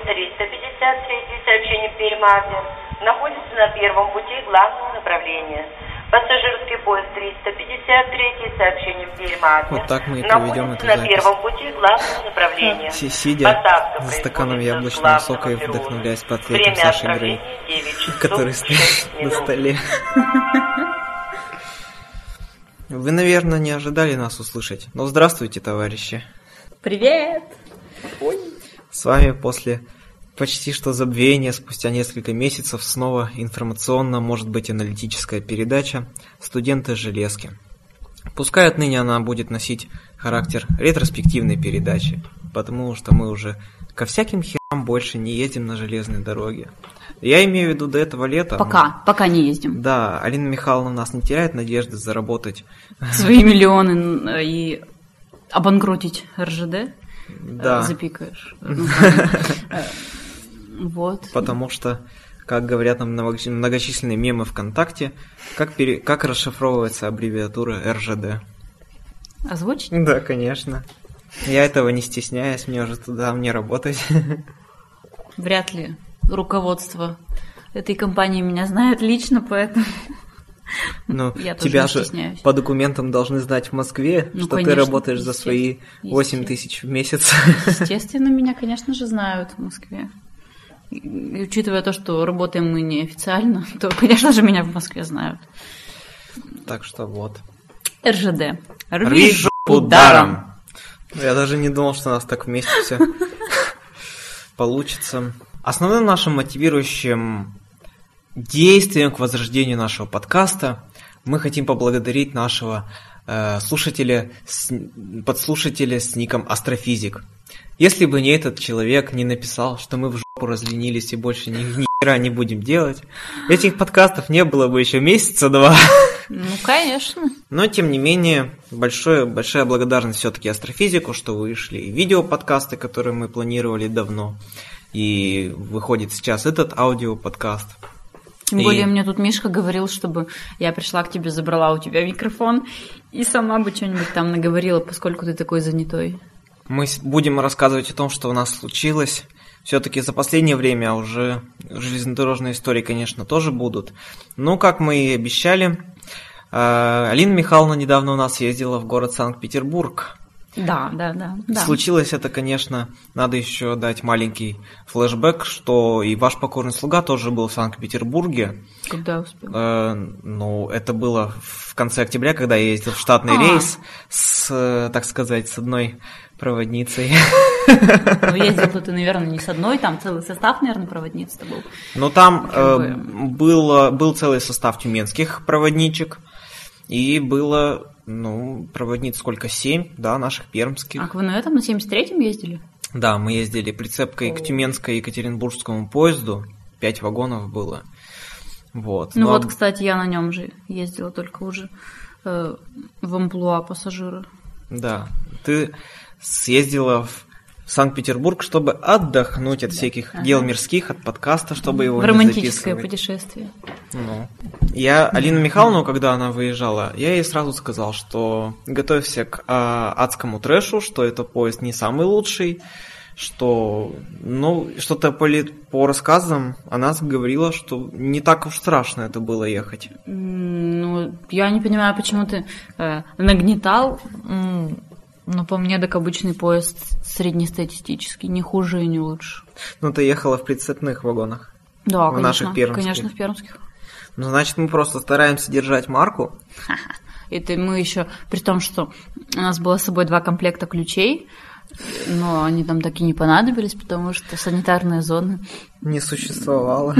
353, сообщение Пермь-Адлер, находится на первом пути главного направления. Пассажирский поезд 353, сообщение Пермь-Адлер, Вот так мы и проведем эту на запись. первом пути главного направления. Сидя за стаканом яблочного сока и вдохновляясь портретом Саши Грей, который стоит на столе. Вы, наверное, не ожидали нас услышать, но здравствуйте, товарищи. Привет! С вами после почти что забвения, спустя несколько месяцев, снова информационно, может быть, аналитическая передача «Студенты железки». Пускай отныне она будет носить характер ретроспективной передачи, потому что мы уже ко всяким херам больше не ездим на железной дороге. Я имею в виду до этого лета. Пока не ездим. Да, Алина Михайловна у нас не теряет надежды заработать свои миллионы и обанкротить РЖД. Да. Запикаешь. Вот. Потому что, как говорят нам многочисленные мемы ВКонтакте, как расшифровывается аббревиатура РЖД. Озвучить? Да, конечно. Я этого не стесняюсь, мне уже туда работать. Вряд ли руководство этой компании меня знает лично, поэтому Ну, я тоже тебя не же стесняюсь. по документам должны знать в Москве, Ну, что конечно, ты работаешь за свои 8 тысяч в месяц. Естественно, меня, конечно же, знают в Москве. И учитывая то, что работаем мы неофициально, то, конечно же, меня в Москве знают. Так что вот. РЖД. Рви жопу даром. Я даже не думал, что у нас так вместе все получится. Основным нашим мотивирующим действием к возрождению нашего подкаста мы хотим поблагодарить нашего подслушателя с ником Астрофизик. Если бы не этот человек не написал, что мы в жопу разленились и больше ни хера не будем делать, этих подкастов не было бы еще месяца два. Ну, конечно. Но, тем не менее, большая благодарность все-таки Астрофизику, что вышли и видеоподкасты, которые мы планировали давно, и выходит сейчас этот аудиоподкаст. Тем более мне тут Мишка говорил, чтобы я пришла к тебе, забрала у тебя микрофон и сама бы что-нибудь там наговорила, поскольку ты такой занятой. Мы будем рассказывать о том, что у нас случилось. Все-таки за последнее время уже железнодорожные истории, конечно, тоже будут. Но, как мы и обещали, Алина Михайловна недавно у нас ездила в город Санкт-Петербург. Да. Случилось это, конечно, надо еще дать маленький флешбэк, что и ваш покорный слуга тоже был в Санкт-Петербурге. Когда успел? Ну, это было в конце октября, когда я ездил в штатный рейс с, так сказать, с одной проводницей. Ну, ездил-то ты, наверное, не с одной, там целый состав, наверное, проводниц-то был. Ну, там был целый состав тюменских проводничек, и было... Ну, проводниц сколько? 7, да, наших пермских. А вы на этом, на 73-м ездили? Да, мы ездили прицепкой к Тюменско-Екатеринбургскому поезду. 5 вагонов было. Вот. Ну вот, кстати, я на нем же ездила, только уже в амплуа пассажира. Да, ты съездила в Санкт-Петербург, чтобы отдохнуть от всяких дел мирских, от подкаста, чтобы его в не романтическое записывать. Путешествие. Ну, я Алину Михайловну, когда она выезжала, я ей сразу сказал, что готовься к адскому трэшу, что это поезд не самый лучший, что, ну, что-то по рассказам она говорила, что не так уж страшно это было ехать. Ну, я не понимаю, почему ты нагнетал. Но по мне так обычный поезд среднестатистический, не хуже и не лучше. Ну, ты ехала в прицепных вагонах? Да, в конечно, наших пермских. Конечно, в пермских. Ну, значит, мы просто стараемся держать марку. Это мы еще, при том, что у нас было с собой 2 комплекта ключей, но они там так и не понадобились, потому что санитарные зоны... Не существовало.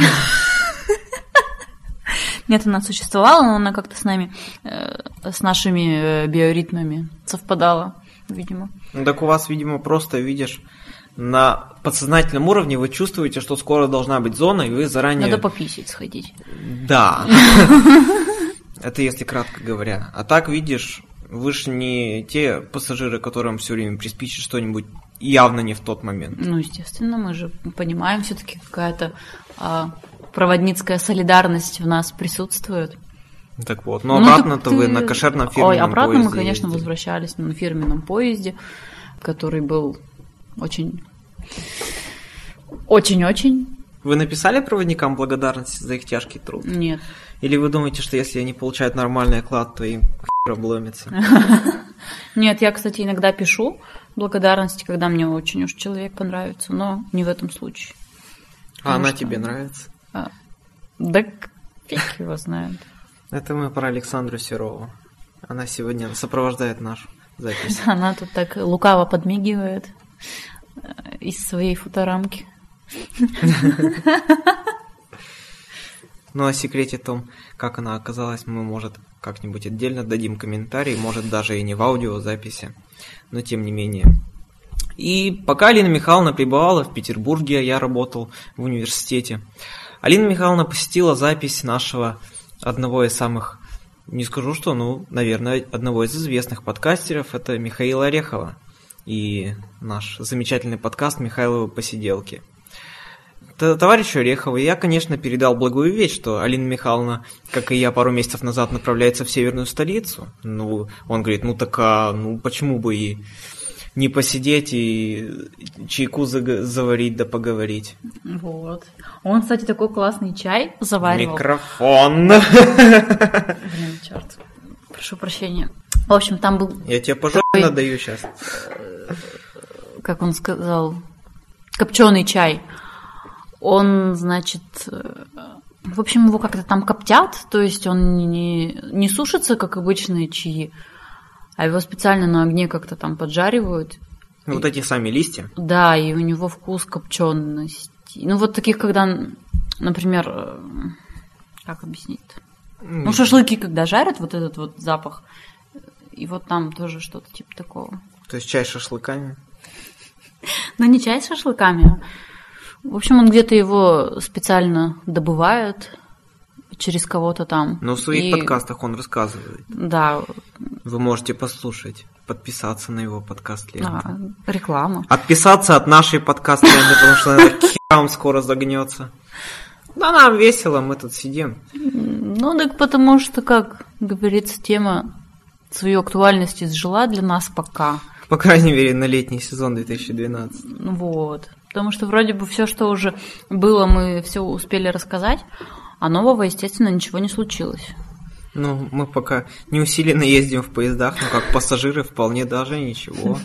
Нет, она существовала, но она как-то с нами, с нашими биоритмами совпадала, видимо. Ну, так у вас, видимо, просто, видишь, на подсознательном уровне вы чувствуете, что скоро должна быть зона, и вы заранее... Надо пописать сходить. Да. Это если кратко говоря. А так, видишь, вы же не те пассажиры, которым все время приспичит что-нибудь явно не в тот момент. Ну, естественно, мы же понимаем, все-таки какая-то проводницкая солидарность в нас присутствует. Так вот, но обратно-то вы на кошерном фирменном поезде. Обратно мы, конечно, возвращались на фирменном поезде, который был очень Очень-очень. Вы написали проводникам благодарность за их тяжкий труд? Нет. Или вы думаете, что если они получают нормальный оклад, то им хер обломится? Нет, я, кстати, иногда пишу благодарности, когда мне очень уж человек понравится, но не в этом случае. А она тебе нравится? Да фиг его знает. Это мы про Александру Серову. Она сегодня сопровождает нашу запись. Она тут так лукаво подмигивает из своей фоторамки. Ну, о секрете том, как она оказалась, мы, может, как-нибудь отдельно дадим комментарий, может, даже и не в аудиозаписи, но тем не менее. И пока Алина Михайловна пребывала в Петербурге, я работал в университете, Алина Михайловна посетила запись нашего одного из самых, не скажу что, ну, наверное, одного из известных подкастеров, это Михаила Орехова и наш замечательный подкаст «Михайловы посиделки». Товарищу Орехову я, конечно, передал благую весть, что Алина Михайловна, как и я, пару месяцев назад направляется в северную столицу. Ну, он говорит, почему бы и не посидеть и чайку заварить да поговорить. Вот. Он, кстати, такой классный чай заваривал. Микрофон! Блин, черт. Прошу прощения. В общем, там был... Я тебе по жопе надаю сейчас. Как он сказал, копченый чай. Он, значит, в общем, его как-то там коптят, то есть он не сушится, как обычные чаи, а его специально на огне как-то там поджаривают. Вот эти сами листья? Да, и у него вкус копчености. Ну, вот таких, когда, например, как объяснить-то? Ну, шашлыки, когда жарят, вот этот вот запах, и вот там тоже что-то типа такого. То есть чай с шашлыками? Ну, не чай с шашлыками. В общем, он где-то его специально добывает через кого-то там. Но в своих подкастах он рассказывает. Да. Вы можете послушать, подписаться на его подкаст-ленту. Реклама. Отписаться от нашей подкаст-ленты, потому что она херам скоро загнется. Да нам весело, мы тут сидим. Ну, так потому что, как говорится, тема свою актуальность изжила для нас пока. По крайней мере, на летний сезон 2012. Вот. Потому что вроде бы все, что уже было, мы все успели рассказать, а нового, естественно, ничего не случилось. Ну, мы пока не усиленно ездим в поездах, но как пассажиры вполне даже ничего.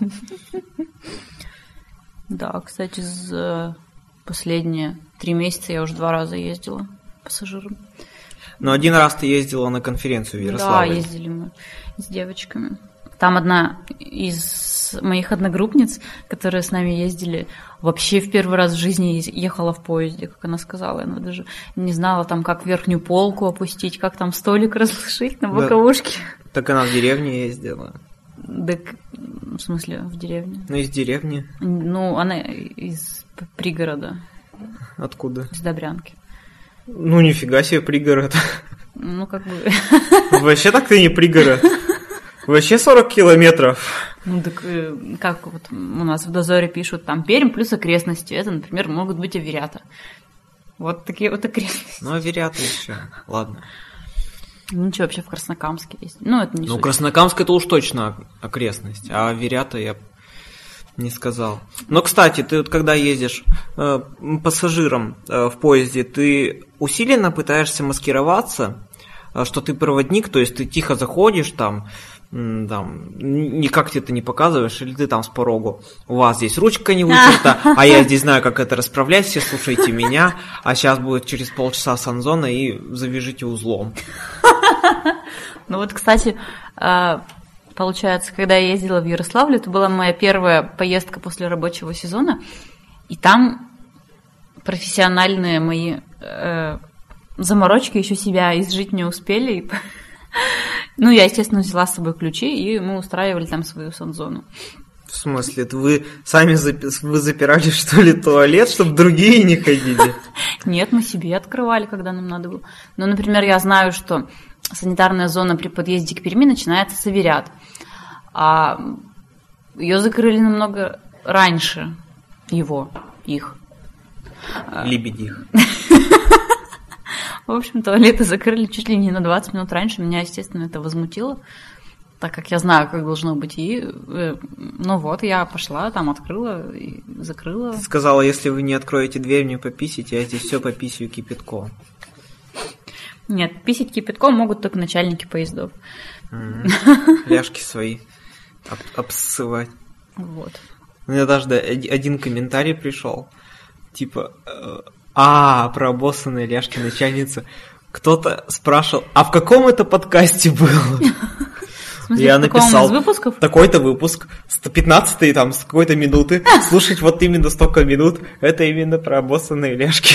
Да, кстати, за последние 3 месяца я уже 2 раза ездила пассажиром. Но один раз ты ездила на конференцию в Ярославле. Да, ездили мы с девочками. Там одна из моих одногруппниц, которые с нами ездили, вообще в первый раз в жизни ехала в поезде, как она сказала. Она даже не знала, там, как верхнюю полку опустить, как там столик разложить на боковушке. Да. Так она в деревне ездила. Так, в смысле, в деревне? Ну, из деревни. Ну, она из пригорода. Откуда? Из Добрянки. Ну, нифига себе пригород. Ну, как бы... Вообще так ты не пригород. Вообще 40 километров. Ну, так как вот у нас в дозоре пишут, там Пермь плюс окрестности. Это, например, могут быть Аверята. Вот такие вот окрестности. Ну, Аверята еще. Ладно. Ничего, вообще в Краснокамске есть. Ну, это не суть. Ну, Краснокамск это уж точно окрестность, а Аверята я не сказал. Но, кстати, ты вот когда ездишь пассажиром в поезде, ты усиленно пытаешься маскироваться, что ты проводник, то есть ты тихо заходишь там никак тебе это не показываешь, или ты там с порогу, у вас здесь ручка не вытерта, а я здесь знаю, как это расправлять, все слушайте меня, а сейчас будет через полчаса санзона и завяжите узлом. Ну вот, кстати, получается, когда я ездила в Ярославль, это была моя первая поездка после рабочего сезона, и там профессиональные мои заморочки еще себя изжить не успели. Ну, я, естественно, взяла с собой ключи, и мы устраивали там свою санзону. В смысле, вы сами вы запирали, что ли, туалет, чтобы другие не ходили? Нет, мы себе открывали, когда нам надо было. Ну, например, я знаю, что санитарная зона при подъезде к Перми начинается с Аверят, а ее закрыли намного раньше их. Лебедих. В общем, туалеты закрыли чуть ли не на 20 минут раньше. Меня, естественно, это возмутило. так как я знаю, как должно быть. И, ну вот, я пошла, там открыла и закрыла. Ты сказала, если вы не откроете дверь, мне пописите, я здесь все пописью кипятком. Нет, писать кипятком могут только начальники поездов. Ляжки свои обсывать. Вот. У меня даже один комментарий пришел. Типа, про обоссанные ляжки начальницы. Кто-то спрашивал, а в каком это подкасте было? Я написал, из выпусков? Такой-то выпуск, 15-й там, с какой-то минуты, слушать вот именно столько минут, это именно про обоссанные ляжки.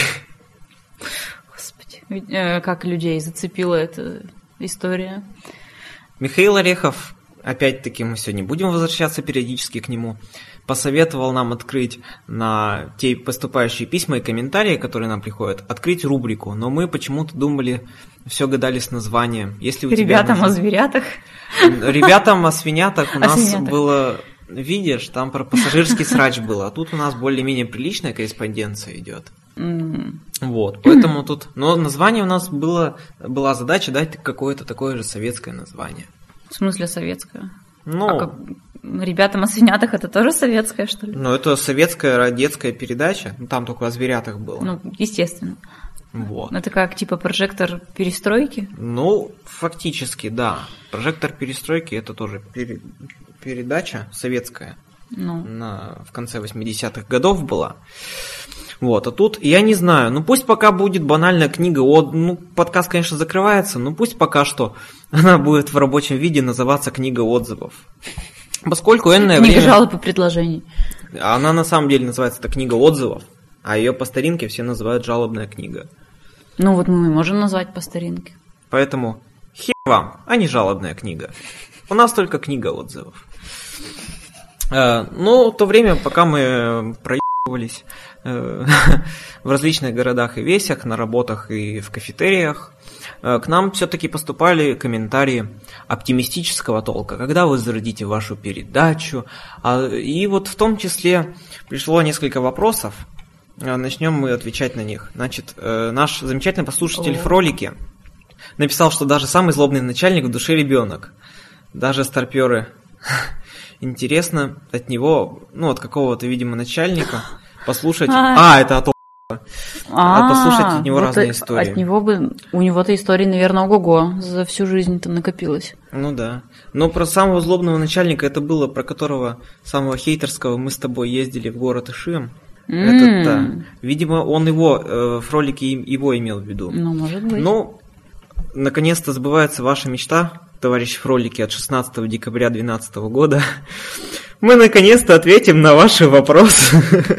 Господи, как людей зацепила эта история. Михаил Орехов, опять-таки мы сегодня будем возвращаться периодически к нему, посоветовал нам открыть на те поступающие письма и комментарии, которые нам приходят, открыть рубрику, но мы почему-то думали, все гадали с названием. Если у Ребятам тебя о зверятах. Ребятам о свинятах у нас было, видишь, там про пассажирский срач было, а тут у нас более-менее приличная корреспонденция идет. Вот, поэтому тут... Но название у нас была задача дать какое-то такое же советское название. В смысле советское? Ну... А как... Ребятам о свинятах это тоже советское, что ли? Ну, это советская детская передача, там только о зверятах было. Ну, естественно. Вот. Это как, типа, прожектор перестройки? Ну, фактически, да. Прожектор перестройки это тоже передача советская. В конце 80-х годов была. Вот, а тут, я не знаю, ну пусть пока будет банальная книга, подкаст, конечно, закрывается, но пусть пока что она будет в рабочем виде называться «Книга отзывов». Поскольку энное время... Книга жалоб и предложений. Она на самом деле называется-то «Книга отзывов», а ее по старинке все называют «Жалобная книга». Ну вот мы можем назвать по старинке. Поэтому хер вам, а не жалобная книга. У нас только книга отзывов. То время, пока мы проебывались в различных городах и весях, на работах и в кафетериях, к нам все-таки поступали комментарии оптимистического толка, когда вы зародите вашу передачу. И вот в том числе пришло несколько вопросов. Начнем мы отвечать на них. Значит, наш замечательный послушатель Фролики написал, что даже самый злобный начальник в душе ребенок. Даже старперы. Интересно от него, от какого-то, видимо, начальника послушать... это от послушать от него разные истории. От него у него-то истории, наверное, ого-го, за всю жизнь-то накопилось. Ну да. Но про самого злобного начальника это было, про которого, самого хейтерского, мы с тобой ездили в город Ишим. Это-то. Видимо, он его, Фролики его имел в виду. Ну, может быть. Наконец-то сбывается ваша мечта, товарищи Фролики, от 16 декабря 2012 года. Мы наконец-то ответим на ваши вопросы.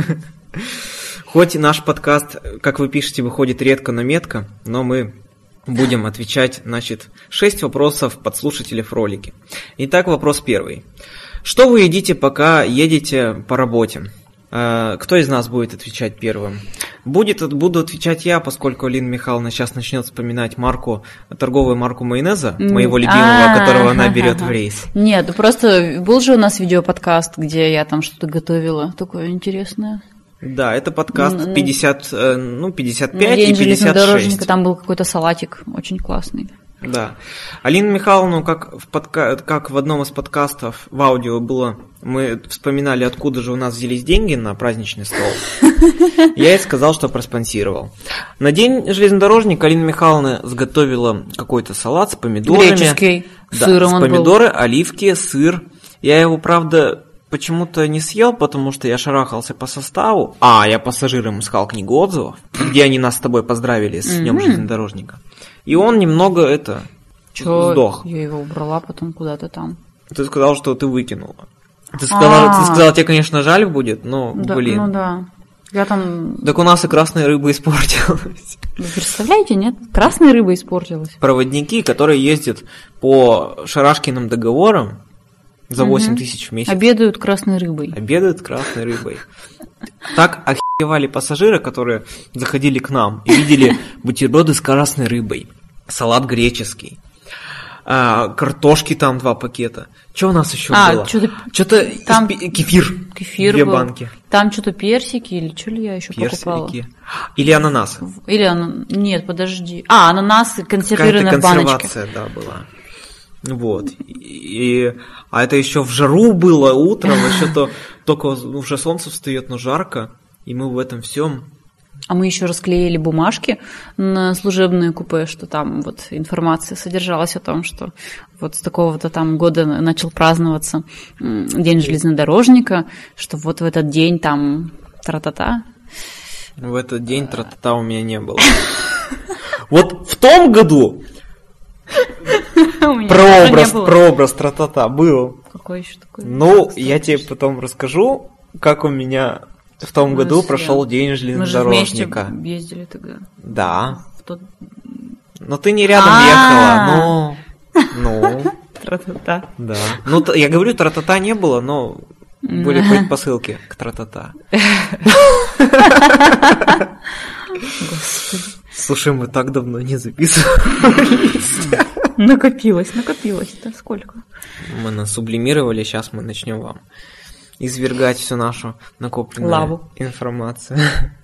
Хоть наш подкаст, как вы пишете, выходит редко, но метко, но мы будем отвечать, 6 вопросов подслушателей Фролики. Итак, вопрос первый. Что вы едите, пока едете по работе? Кто из нас будет отвечать первым? Буду отвечать я, поскольку Алина Михайловна сейчас начнет вспоминать торговую марку майонеза, моего любимого, которого она берет в рейс. Нет, просто был же у нас видеоподкаст, где я там что-то готовила, такое интересное. Да, это подкаст 55 День и 56. железнодорожника, там был какой-то салатик очень классный. Да. Алину Михайловну, как в одном из подкастов в аудио было, мы вспоминали, откуда же у нас взялись деньги на праздничный стол. Я ей сказал, что проспонсировал. На день железнодорожника Алина Михайловна сготовила какой-то салат с помидорами. Греческий, с сыром с помидоры, оливки, сыр. Я его, правда, почему-то не съел, потому что я шарахался по составу. Я пассажирам искал книгу отзывов, где они нас с тобой поздравили с Днем железнодорожника. И он немного сдох. Я его убрала потом куда-то там. Ты сказал, что ты выкинула. Ты сказала, тебе, конечно, жаль будет, но, блин. Ну да. Я там... Так у нас и красная рыба испортилась. Вы представляете, нет? Красная рыба испортилась. Проводники, которые ездят по Шарашкиным договорам за 8 тысяч в месяц. Обедают красной рыбой. Так охеревали пассажиры, которые заходили к нам и видели бутерброды с красной рыбой, салат греческий, картошки там 2 пакета. Что у нас еще было? Что-то там кефир 2 банки. Там что-то персики или что ли я еще покупала? Или ананасы. Нет, подожди. Ананасы консервированные в баночке. Консервация, да, была. Вот. А это еще в жару было утром, еще только уже солнце встает, но жарко, и мы в этом всем. А мы еще расклеили бумажки на служебные купе, что там вот информация содержалась о том, что вот с такого-то там года начал праздноваться День железнодорожника, что вот в этот день там тра-та-та. В этот день тра-та-та у меня не было. Вот в том году прообраз тра-та-та был. Какой еще такой? Ну, я тебе потом расскажу, как у меня в том году прошел День железнодорожника. Мы же вместе ездили тогда. Да. Но ты не рядом ехала, ну. Тра-та-та. Да. Ну, я говорю, тра-та-та не было, но были предпосылки к тра-та-та. Господи. Слушай, мы так давно не записывались. Накопилось-то сколько? Мы нас сублимировали, сейчас мы начнем вам извергать всю нашу накопленную лаву. Информацию.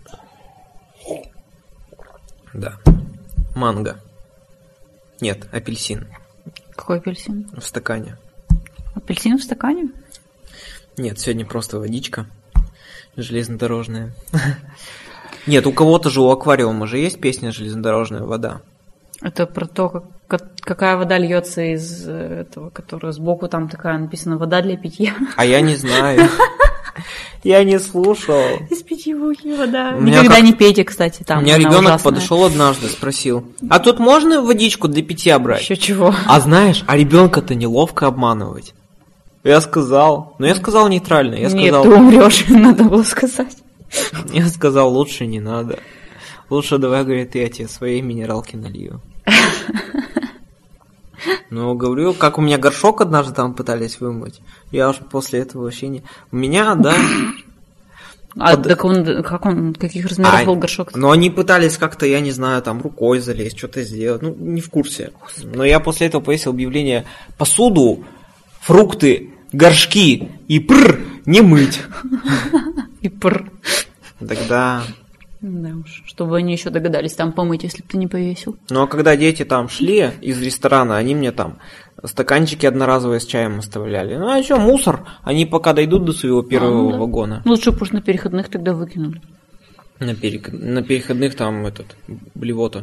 Да. Манго. Нет, апельсин. Какой апельсин? В стакане. Апельсин в стакане? Нет, сегодня просто водичка железнодорожная. Нет, у кого-то же у аквариума же есть песня «Железнодорожная вода». Это про то, какая вода льется из этого, которая сбоку там такая написана «вода для питья». А я не знаю. Я не слушал. Из питьевухи вода. Никогда не пейте, кстати, там. У меня ребенок подошел однажды, спросил: а тут можно водичку для питья брать? Еще чего? А знаешь, ребенка-то неловко обманывать. Я сказал. Но я сказал нейтрально. Нет, ты умрешь, надо было сказать. Я сказал, лучше не надо. Лучше давай, говорит, я тебе своей минералки налью. Ну, говорю, как у меня горшок однажды там пытались вымыть. Я уж после этого вообще не... У меня, да... Так он, каких размеров был горшок? Ну, они пытались как-то, я не знаю, там рукой залезть, что-то сделать. Ну, не в курсе. Но я после этого повесил объявление: посуду, фрукты, горшки и не мыть. И Тогда... Да уж, чтобы они еще догадались там помыть, если бы ты не повесил. Ну, а когда дети там шли из ресторана, они мне там стаканчики одноразовые с чаем оставляли. Ну, а что, мусор? Они пока дойдут до своего первого вагона. Лучше бы уж на переходных тогда выкинули. На переходных там блевота.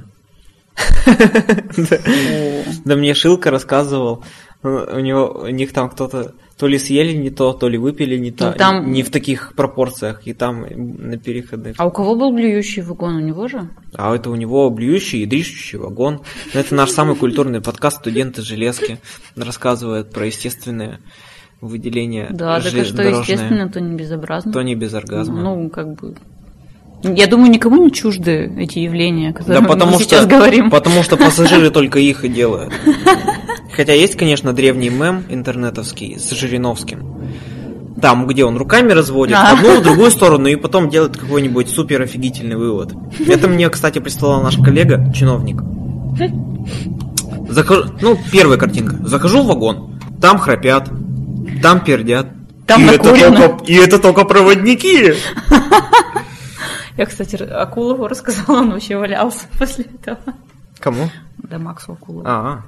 Да мне Шилка рассказывал, у них там кто-то то ли съели не то ли выпили не то, не в таких пропорциях, и там на переходных. А у кого был блюющий вагон? У него же? А это у него блюющий и дрищущий вагон. Это наш самый культурный подкаст «Студенты железки». Рассказывает про естественное выделение железнодорожное. Да, так что естественно, то не безобразно. То не без оргазма. Ну, как бы... Я думаю, никому не чужды эти явления, о которых мы сейчас говорим. Потому что пассажиры только их и делают. Хотя есть, конечно, древний мем интернетовский с Жириновским. Там, где он руками разводит в одну, в другую сторону, и потом делает какой-нибудь супер офигительный вывод. Это мне, кстати, прислал наш коллега, чиновник. Первая картинка. Захожу в вагон, там храпят, там пердят. Там накурено. И это только проводники. Я, кстати, Акулову рассказала, он вообще валялся после этого. Кому? Да, Максу Акулову. А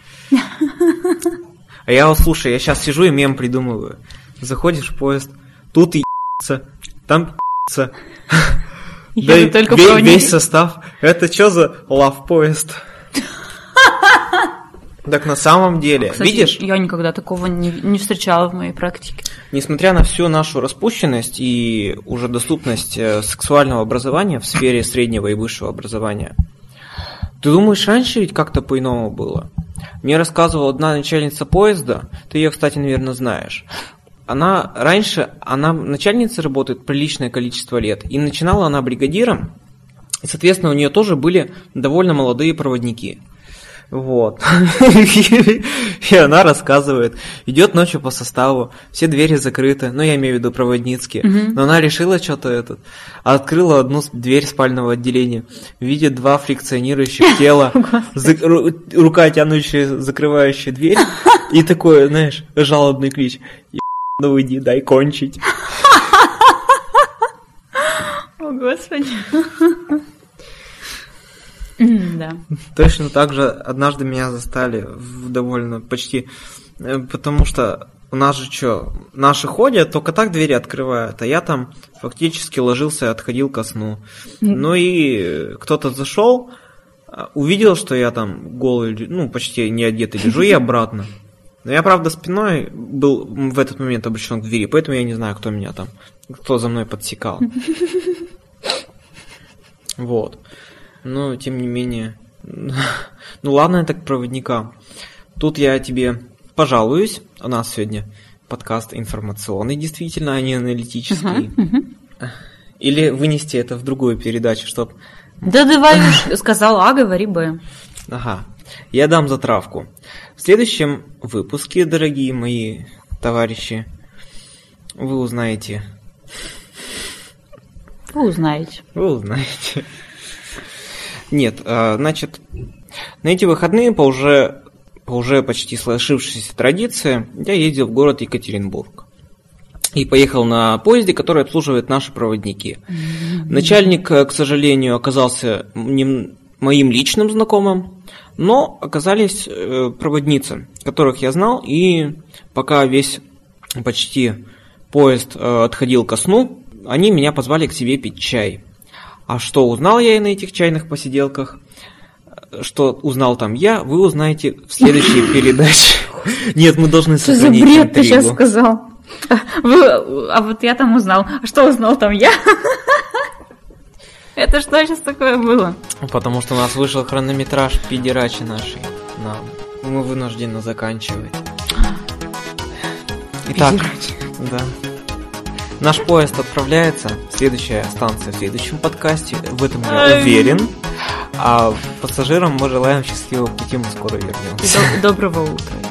я, слушай, я сейчас сижу и мем придумываю. Заходишь в поезд, тут ебаться, там ебаться. Да весь состав. Это что за лав-поезд? Так на самом деле, кстати, видишь? Я никогда такого не встречала в моей практике. Несмотря на всю нашу распущенность и уже доступность сексуального образования в сфере среднего и высшего образования, ты думаешь, раньше ведь как-то по-иному было? Мне рассказывала одна начальница поезда, ты ее, кстати, наверное, знаешь. Она начальница работает приличное количество лет, и начинала она бригадиром, и, соответственно, у нее тоже были довольно молодые проводники. Вот. И она рассказывает, идет ночью по составу, все двери закрыты, я имею в виду проводницкие, но она решила что-то открыла одну дверь спального отделения, видит два фрикционирующих тела, рука тянущая, закрывающая дверь, и такой, знаешь, жалобный клич: ну иди, дай кончить. О, Господи. Да. Точно так же однажды меня застали довольно почти... Потому что у нас же что, наши ходят, только так двери открывают, а я там фактически ложился и отходил ко сну. Ну и кто-то зашел, увидел, что я там голый, ну почти не одетый лежу, и обратно. Но я, правда, спиной был в этот момент обращен к двери, поэтому я не знаю, кто меня там, кто за мной подсекал. Вот. Но, тем не менее... Ну ладно, это к проводникам. Тут я тебе пожалуюсь. У нас сегодня подкаст информационный, действительно, а не аналитический. Или вынести это в другую передачу, чтоб... Да давай уж, сказал А, говори Б. Ага, я дам затравку. В следующем выпуске, дорогие мои товарищи, вы узнаете... Вы узнаете. Вы узнаете. Нет, значит, на эти выходные по уже почти сложившейся традиции я ездил в город Екатеринбург. И поехал на поезде, который обслуживает наши проводники. Начальник, к сожалению, оказался не моим личным знакомым, но оказались проводницы, которых я знал, и пока весь почти поезд отходил ко сну, они меня позвали к себе пить чай. А что узнал я на этих чайных посиделках, что узнал там я, вы узнаете в следующей передаче. Нет, мы должны сохранить интригу. Что за бред ты сейчас сказал? А вот я там узнал. А что узнал там я? Это что сейчас такое было? Потому что у нас вышел хронометраж педерачи нашей. Мы вынуждены заканчивать. Итак, да. Наш поезд отправляется. Следующая станция в следующем подкасте. В этом я уверен. А пассажирам мы желаем счастливого пути. Мы скоро вернемся. Доброго утра.